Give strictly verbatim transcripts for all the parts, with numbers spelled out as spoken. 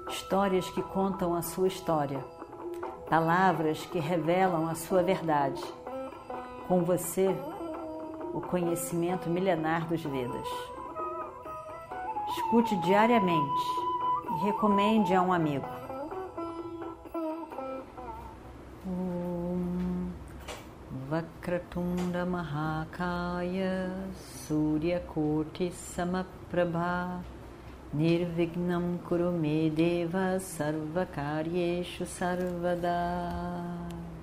histórias que contam a sua história, palavras que revelam a sua verdade. Com você, o conhecimento milenar dos Vedas. Escute diariamente e recomende a um amigo. Om Vakratunda Mahakaya Suryakoti Samaprabha Nirvignam Kurume Deva Sarvakaryeshu Sarvada.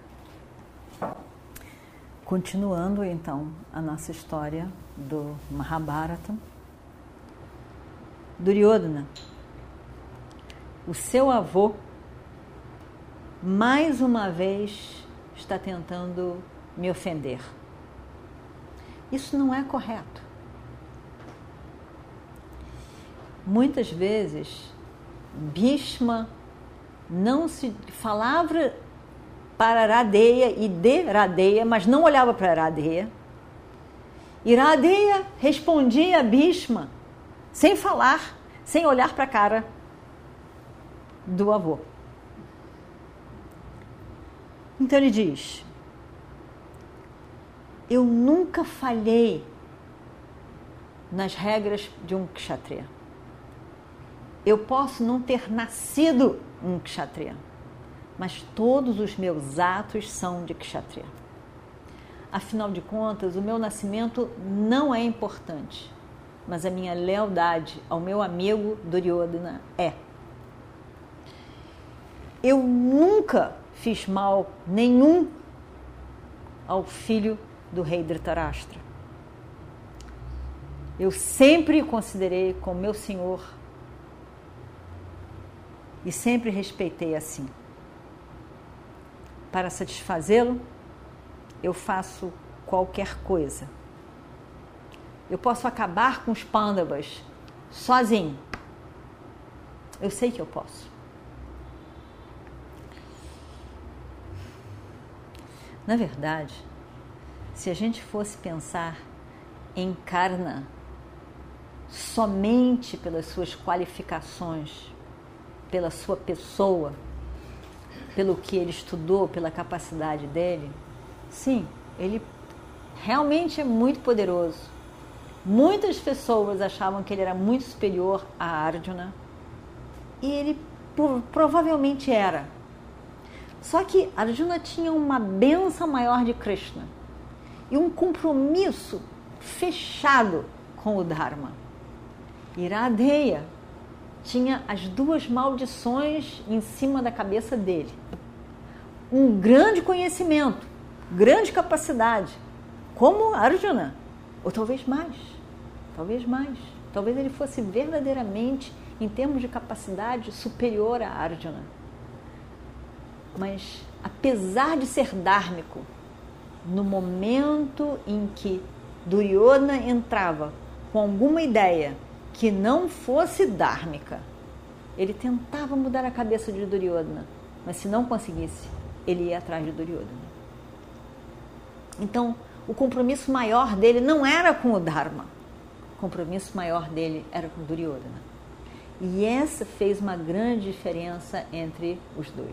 Continuando então a nossa história do Mahabharata. Duryodhana, o seu avô, mais uma vez está tentando me ofender. Isso não é correto. Muitas vezes, Bhishma não se falava para Radeya e de Radeya, mas não olhava para Radeya. E Radeya respondia a Bhishma sem falar, sem olhar para a cara do avô. Então ele diz: eu nunca falhei nas regras de um kshatriya. Eu posso não ter nascido um kshatriya, mas todos os meus atos são de kshatriya. Afinal de contas, o meu nascimento não é importante, mas a minha lealdade ao meu amigo Duryodhana é. Eu nunca fiz mal nenhum ao filho do rei Dhritarashtra. Eu sempre o considerei como meu senhor e sempre respeitei assim. Para satisfazê-lo, eu faço qualquer coisa. Eu posso acabar com os Pandavas sozinho. Eu sei que eu posso. Na verdade, se a gente fosse pensar em Karna somente pelas suas qualificações, pela sua pessoa, pelo que ele estudou, pela capacidade dele, sim, ele realmente é muito poderoso. Muitas pessoas achavam que ele era muito superior a Arjuna, e ele provavelmente era. Só que Arjuna tinha uma bênção maior de Krishna e um compromisso fechado com o Dharma. E Radeya tinha as duas maldições em cima da cabeça dele. Um grande conhecimento, grande capacidade, como Arjuna, ou talvez mais, talvez mais. Talvez ele fosse verdadeiramente, em termos de capacidade, superior a Arjuna. Mas, apesar de ser dármico, no momento em que Duryodhana entrava com alguma ideia que não fosse dármica, ele tentava mudar a cabeça de Duryodhana, mas se não conseguisse, ele ia atrás de Duryodhana. Então, o compromisso maior dele não era com o Dharma, o compromisso maior dele era com Duryodhana. E essa fez uma grande diferença entre os dois.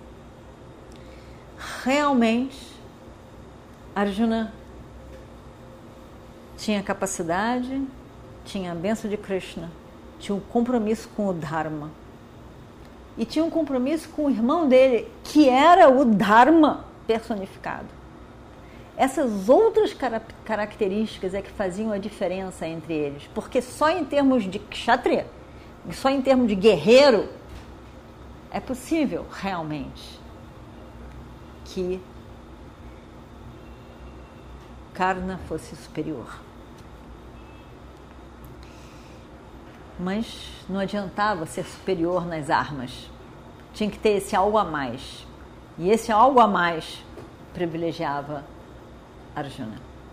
Realmente, Arjuna tinha capacidade, tinha a bênção de Krishna, tinha um compromisso com o Dharma e tinha um compromisso com o irmão dele, que era o Dharma personificado. Essas outras características é que faziam a diferença entre eles, porque só em termos de kshatriya, só em termos de guerreiro, é possível realmente que Karna fosse superior. Mas não adiantava ser superior nas armas. Tinha que ter esse algo a mais. E esse algo a mais privilegiava Arjuna.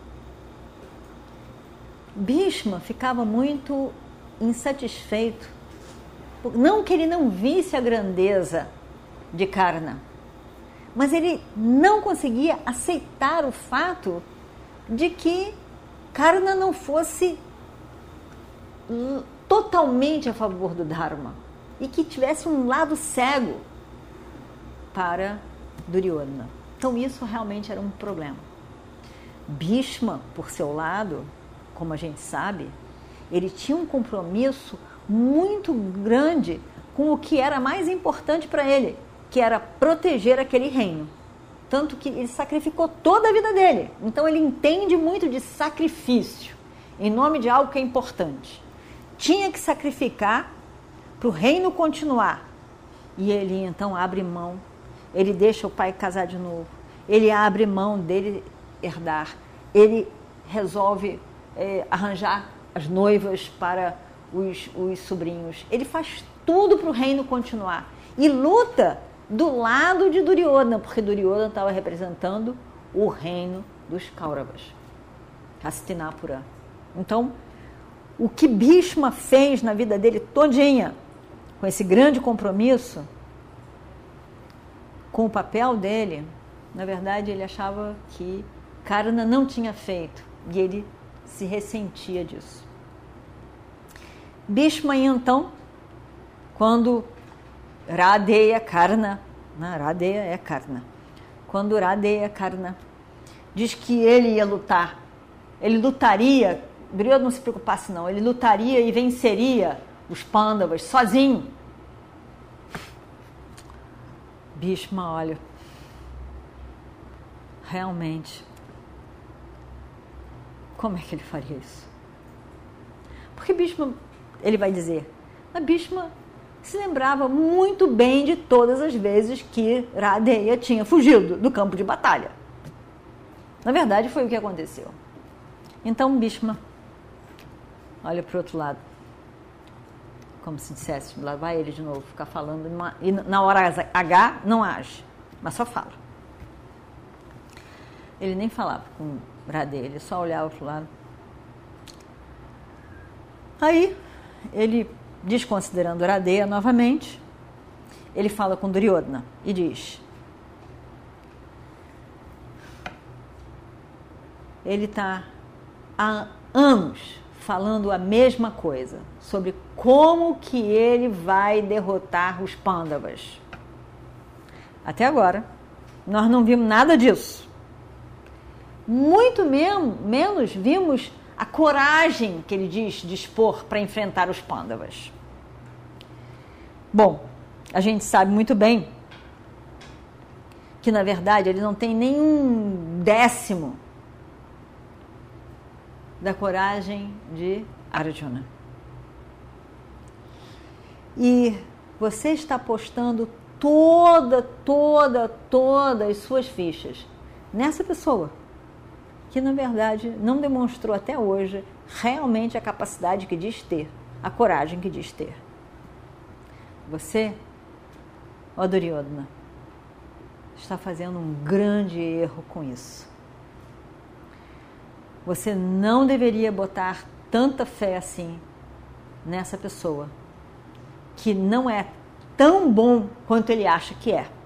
Bhishma ficava muito insatisfeito. Não que ele não visse a grandeza de Karna, mas ele não conseguia aceitar o fato de que Karna não fosse totalmente a favor do Dharma. e que tivesse um lado cego para Duryodhana. Então isso realmente era um problema. Bhishma, por seu lado, como a gente sabe, ele tinha um compromisso muito grande com o que era mais importante para ele, que era proteger aquele reino. Tanto que ele sacrificou toda a vida dele. Então ele entende muito de sacrifício, em nome de algo que é importante. Tinha que sacrificar para o reino continuar. E ele então abre mão, ele deixa o pai casar de novo, ele abre mão dele herdar, ele resolve é, arranjar as noivas para os, os sobrinhos. Ele faz tudo para o reino continuar. E luta do lado de Duryodhana, porque Duryodhana estava representando o reino dos Kauravas, Hastinapura. Então, o que Bhishma fez na vida dele todinha, com esse grande compromisso, com o papel dele, na verdade ele achava que Karna não tinha feito, e ele se ressentia disso. Bhishma, então, quando Radeya Karna, né? Radeya é Karna, quando Radeya Karna diz que ele ia lutar, ele lutaria, Duryodhana não se preocupasse não, ele lutaria e venceria os Pandavas sozinho. Bhishma, olha, realmente, como é que ele faria isso? Porque Bhishma, ele vai dizer, mas Bhishma se lembrava muito bem de todas as vezes que Radeya tinha fugido do campo de batalha. Na verdade, foi o que aconteceu. Então, Bhishma olha para o outro lado, como se dissesse, lá vai ele de novo, ficar falando, e na hora H não age, mas só fala. Ele nem falava com Radeya, ele só olhava para o lado. Aí, ele, desconsiderando Radeya novamente, ele fala com Duryodhana e diz, ele está há anos falando a mesma coisa, sobre como que ele vai derrotar os Pandavas. Até agora, nós não vimos nada disso. Muito mesmo, menos vimos a coragem que ele diz dispor para enfrentar os Pandavas. Bom, a gente sabe muito bem que, na verdade, ele não tem nenhum décimo da coragem de Arjuna. E você está apostando toda, toda, todas as suas fichas nessa pessoa que, na verdade, não demonstrou até hoje realmente a capacidade que diz ter, a coragem que diz ter. Você, ó Duryodhana, está fazendo um grande erro com isso. Você não deveria botar tanta fé assim nessa pessoa, que não é tão bom quanto ele acha que é.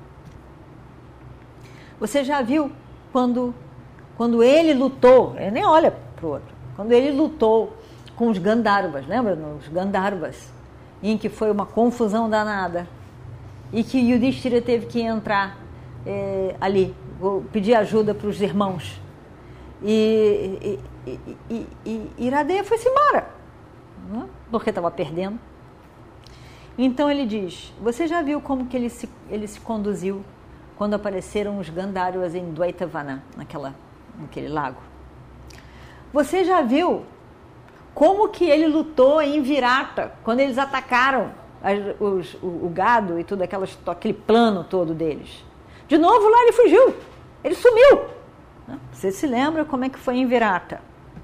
Você já viu quando, quando ele lutou, ele nem olha para o outro, quando ele lutou com os Gandharvas, lembra? Os Gandharvas, em que foi uma confusão danada, e que Yudhishthira teve que entrar é, ali, pedir ajuda para os irmãos. E, e, e, e, e Radeya foi-se embora, né? Porque estava perdendo. Então ele diz, você já viu como que ele se, ele se conduziu quando apareceram os Gandharvas em Dvaitavana, naquela, naquele lago? Você já viu como que ele lutou em Virata, quando eles atacaram as, os, o, o gado e tudo aquelas, aquele plano todo deles? De novo lá ele fugiu, ele sumiu. Você se lembra como é que foi em Virata?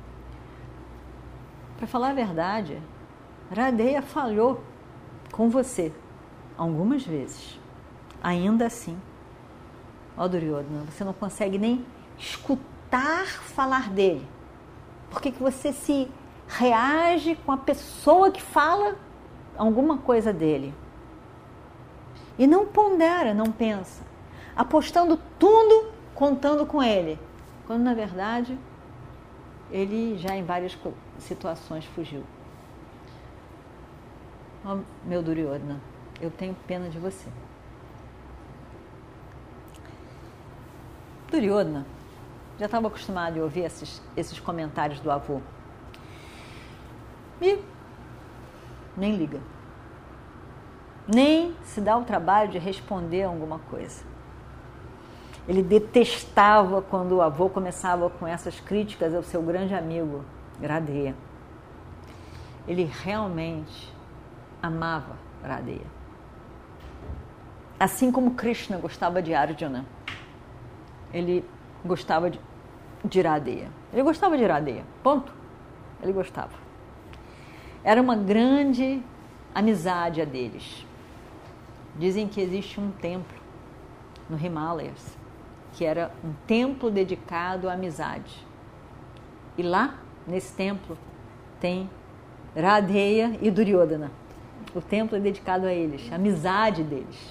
Para falar a verdade, Radeya falhou com você algumas vezes. Ainda assim, ó Duryodhana, você não consegue nem escutar falar dele. Por que que você se reage com a pessoa que fala alguma coisa dele? E não pondera, não pensa, apostando tudo, contando com ele, quando na verdade ele já em várias situações fugiu. Oh, meu Duryodhana, eu tenho pena de você. Duryodhana já estava acostumado a ouvir esses, esses comentários do avô. E nem liga. Nem se dá o trabalho de responder alguma coisa. Ele detestava quando o avô começava com essas críticas ao seu grande amigo, Radeya. Ele realmente amava Radeya. Assim como Krishna gostava de Arjuna, ele gostava de, de Radeya. Ele gostava de Radeya, ponto. Ele gostava. Era uma grande amizade a deles. Dizem que existe um templo no Himalayas, que era um templo dedicado à amizade. E lá, nesse templo, tem Radeya e Duryodhana. O templo é dedicado a eles, a amizade deles.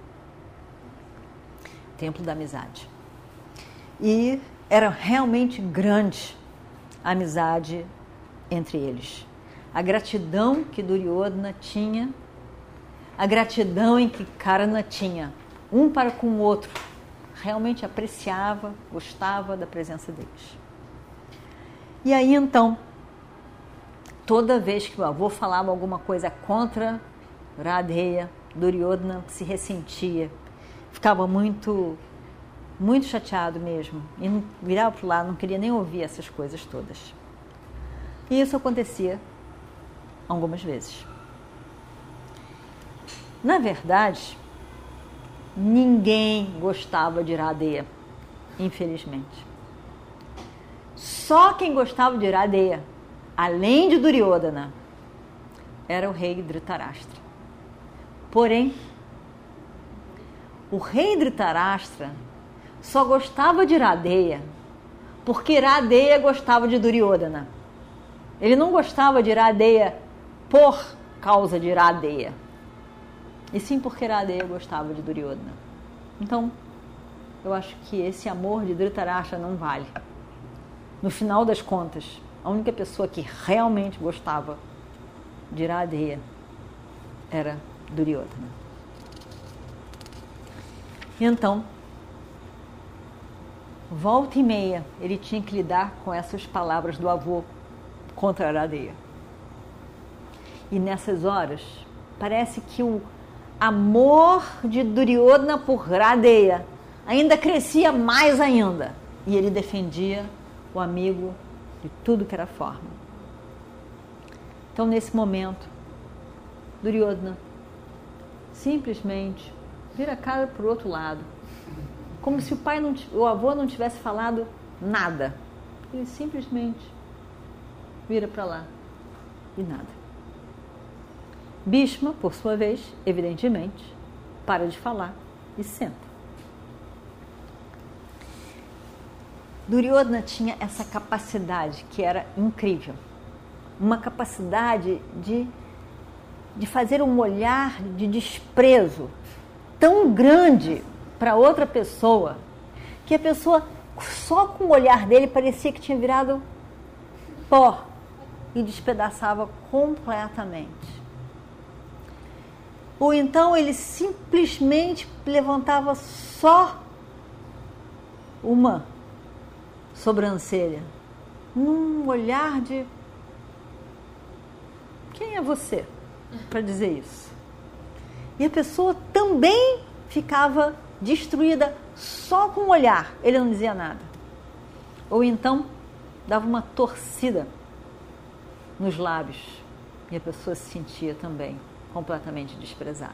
Templo da amizade. E era realmente grande a amizade entre eles. A gratidão que Duryodhana tinha, a gratidão em que Karna tinha, um para com o outro, realmente apreciava, gostava da presença deles. E aí então, toda vez que o avô falava alguma coisa contra Radeya, Duryodhana se ressentia, ficava muito, muito chateado mesmo, e não, virava para o lado, não queria nem ouvir essas coisas todas. E isso acontecia algumas vezes. Na verdade, ninguém gostava de Radeya, infelizmente. Só quem gostava de Radeya, além de Duryodhana, era o rei Dhritarashtra. Porém, o rei Dhritarashtra só gostava de Radeya porque Radeya gostava de Duryodhana. Ele não gostava de Radeya por causa de Radeya, e sim porque Radeya gostava de Duryodhana. Então, eu acho que esse amor de Dhritarashtra não vale. No final das contas, a única pessoa que realmente gostava de Radeya era Duryodhana. Então, volta e meia, ele tinha que lidar com essas palavras do avô contra Radeya. E nessas horas, parece que o amor de Duryodhana por Radeya ainda crescia mais ainda. E ele defendia o amigo de tudo que era forma. Então, nesse momento, Duryodhana simplesmente vira a cara para o outro lado, como se o pai não, o avô não tivesse falado nada. Ele simplesmente vira para lá e nada. Bhishma, por sua vez, evidentemente, para de falar e senta. Duryodhana tinha essa capacidade que era incrível. Uma capacidade de, de fazer um olhar de desprezo tão grande para outra pessoa, que a pessoa, só com o olhar dele, parecia que tinha virado pó e despedaçava completamente. Ou então ele simplesmente levantava só uma sobrancelha, num olhar de: quem é você para dizer isso? E a pessoa também ficava destruída só com o olhar, ele não dizia nada. Ou então dava uma torcida nos lábios e a pessoa se sentia também completamente desprezada.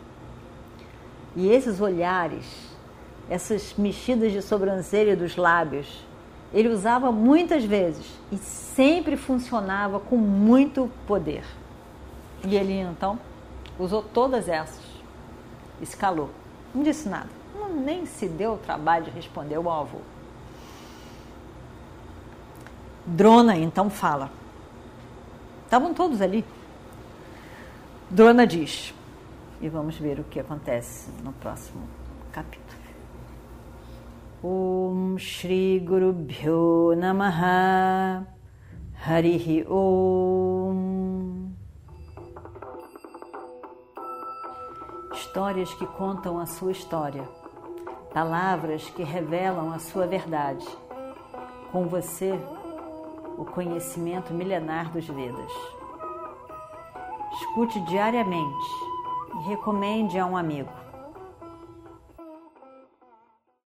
E esses olhares, essas mexidas de sobrancelha dos lábios, ele usava muitas vezes e sempre funcionava com muito poder. E ele então usou todas essas e se calou. Não disse nada. Não, nem se deu o trabalho de responder ao avô. Drona então fala. Estavam todos ali. Drona diz. E vamos ver o que acontece no próximo capítulo. Om Shri Guru Bhyo Namaha Harihi Om. histórias que contam a sua história, palavras que revelam a sua verdade. Com você, o conhecimento milenar dos Vedas. Escute diariamente e recomende a um amigo.